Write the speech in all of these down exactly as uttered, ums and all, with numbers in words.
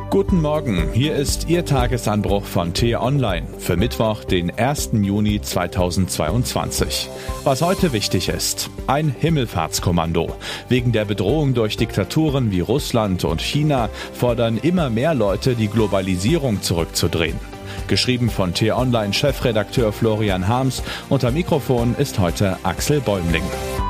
Guten Morgen, hier ist Ihr Tagesanbruch von T-Online für Mittwoch, den ersten Juni zweitausendzweiundzwanzig. Was heute wichtig ist: ein Himmelfahrtskommando. Wegen der Bedrohung durch Diktaturen wie Russland und China fordern immer mehr Leute, die Globalisierung zurückzudrehen. Geschrieben von T-Online-Chefredakteur Florian Harms. Unter Mikrofon ist heute Axel Bäumling.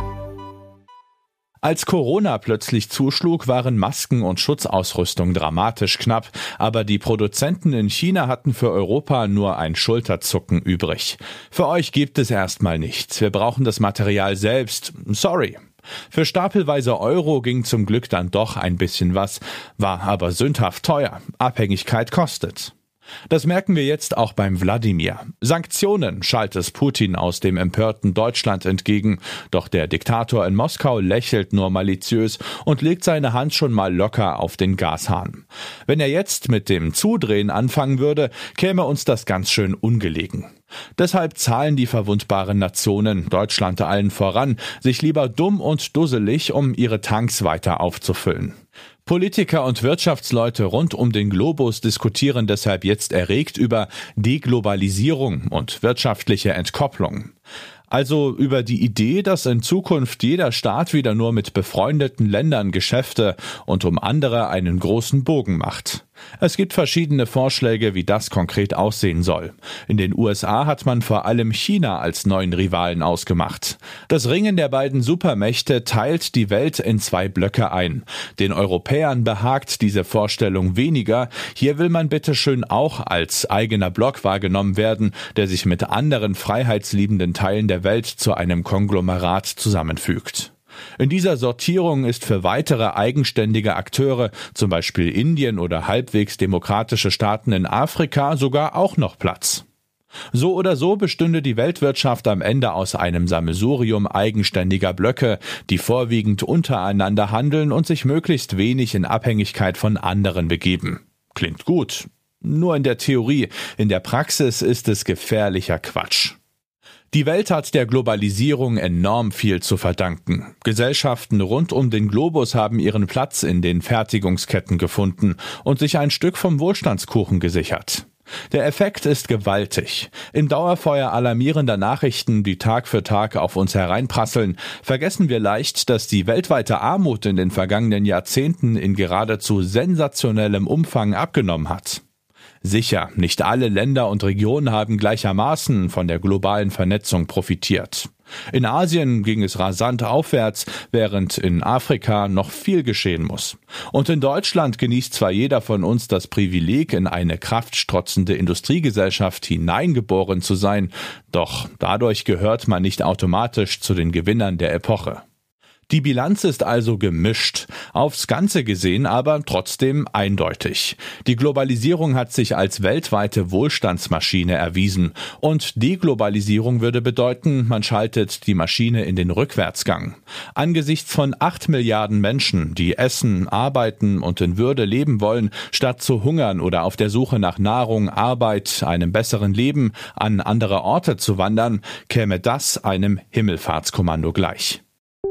Als Corona plötzlich zuschlug, waren Masken und Schutzausrüstung dramatisch knapp, aber die Produzenten in China hatten für Europa nur ein Schulterzucken übrig. Für euch gibt es erstmal nichts, wir brauchen das Material selbst, sorry. Für stapelweise Euro ging zum Glück dann doch ein bisschen was, war aber sündhaft teuer, Abhängigkeit kostet. Das merken wir jetzt auch beim Wladimir. Sanktionen schallt es Putin aus dem empörten Deutschland entgegen. Doch der Diktator in Moskau lächelt nur maliziös und legt seine Hand schon mal locker auf den Gashahn. Wenn er jetzt mit dem Zudrehen anfangen würde, käme uns das ganz schön ungelegen. Deshalb zahlen die verwundbaren Nationen, Deutschland allen voran, sich lieber dumm und dusselig, um ihre Tanks weiter aufzufüllen. Politiker und Wirtschaftsleute rund um den Globus diskutieren deshalb jetzt erregt über Deglobalisierung und wirtschaftliche Entkopplung. Also über die Idee, dass in Zukunft jeder Staat wieder nur mit befreundeten Ländern Geschäfte und um andere einen großen Bogen macht. Es gibt verschiedene Vorschläge, wie das konkret aussehen soll. In den U S A hat man vor allem China als neuen Rivalen ausgemacht. Das Ringen der beiden Supermächte teilt die Welt in zwei Blöcke ein. Den Europäern behagt diese Vorstellung weniger. Hier will man bitteschön auch als eigener Block wahrgenommen werden, der sich mit anderen freiheitsliebenden Teilen der Welt zu einem Konglomerat zusammenfügt. In dieser Sortierung ist für weitere eigenständige Akteure, zum Beispiel Indien oder halbwegs demokratische Staaten in Afrika, sogar auch noch Platz. So oder so bestünde die Weltwirtschaft am Ende aus einem Sammelsurium eigenständiger Blöcke, die vorwiegend untereinander handeln und sich möglichst wenig in Abhängigkeit von anderen begeben. Klingt gut. Nur in der Theorie, in der Praxis ist es gefährlicher Quatsch. Die Welt hat der Globalisierung enorm viel zu verdanken. Gesellschaften rund um den Globus haben ihren Platz in den Fertigungsketten gefunden und sich ein Stück vom Wohlstandskuchen gesichert. Der Effekt ist gewaltig. Im Dauerfeuer alarmierender Nachrichten, die Tag für Tag auf uns hereinprasseln, vergessen wir leicht, dass die weltweite Armut in den vergangenen Jahrzehnten in geradezu sensationellem Umfang abgenommen hat. Sicher, nicht alle Länder und Regionen haben gleichermaßen von der globalen Vernetzung profitiert. In Asien ging es rasant aufwärts, während in Afrika noch viel geschehen muss. Und in Deutschland genießt zwar jeder von uns das Privileg, in eine kraftstrotzende Industriegesellschaft hineingeboren zu sein, doch dadurch gehört man nicht automatisch zu den Gewinnern der Epoche. Die Bilanz ist also gemischt, aufs Ganze gesehen aber trotzdem eindeutig. Die Globalisierung hat sich als weltweite Wohlstandsmaschine erwiesen und Deglobalisierung würde bedeuten, man schaltet die Maschine in den Rückwärtsgang. Angesichts von acht Milliarden Menschen, die essen, arbeiten und in Würde leben wollen, statt zu hungern oder auf der Suche nach Nahrung, Arbeit, einem besseren Leben an andere Orte zu wandern, käme das einem Himmelfahrtskommando gleich.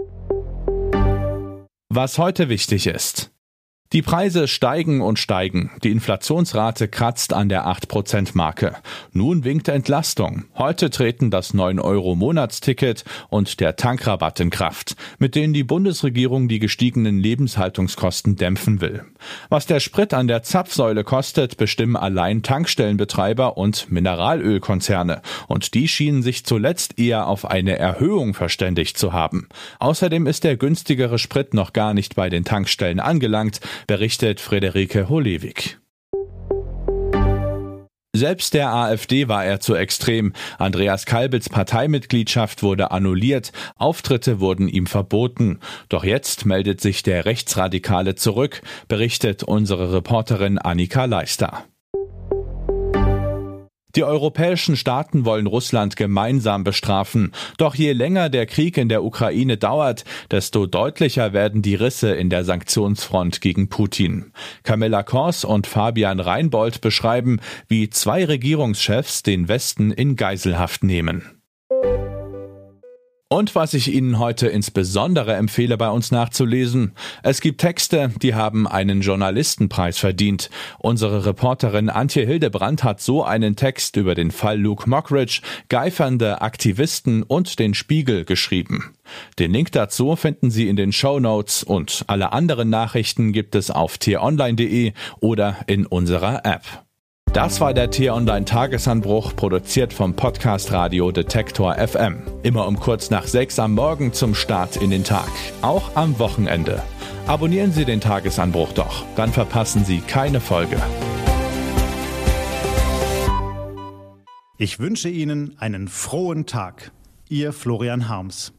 Was heute wichtig ist: Die Preise steigen und steigen. Die Inflationsrate kratzt an der acht Prozent Marke. Nun winkt Entlastung. Heute treten das neun Euro Monatsticket und der Tankrabatt in Kraft, mit denen die Bundesregierung die gestiegenen Lebenshaltungskosten dämpfen will. Was der Sprit an der Zapfsäule kostet, bestimmen allein Tankstellenbetreiber und Mineralölkonzerne. Und die schienen sich zuletzt eher auf eine Erhöhung verständigt zu haben. Außerdem ist der günstigere Sprit noch gar nicht bei den Tankstellen angelangt, berichtet Friederike Hollewig. Selbst der AfD war er zu extrem. Andreas Kalbitz Parteimitgliedschaft wurde annulliert, Auftritte wurden ihm verboten. Doch jetzt meldet sich der Rechtsradikale zurück, berichtet unsere Reporterin Annika Leister. Die europäischen Staaten wollen Russland gemeinsam bestrafen. Doch je länger der Krieg in der Ukraine dauert, desto deutlicher werden die Risse in der Sanktionsfront gegen Putin. Camilla Kors und Fabian Reinbold beschreiben, wie zwei Regierungschefs den Westen in Geiselhaft nehmen. Und was ich Ihnen heute insbesondere empfehle, bei uns nachzulesen: Es gibt Texte, die haben einen Journalistenpreis verdient. Unsere Reporterin Antje Hildebrandt hat so einen Text über den Fall Luke Mockridge, geifernde Aktivisten und den Spiegel geschrieben. Den Link dazu finden Sie in den Shownotes und alle anderen Nachrichten gibt es auf t online punkt de oder in unserer App. Das war der T-Online-Tagesanbruch, produziert vom Podcast Radio Detektor F M. Immer um kurz nach sechs am Morgen zum Start in den Tag, auch am Wochenende. Abonnieren Sie den Tagesanbruch doch, dann verpassen Sie keine Folge. Ich wünsche Ihnen einen frohen Tag. Ihr Florian Harms.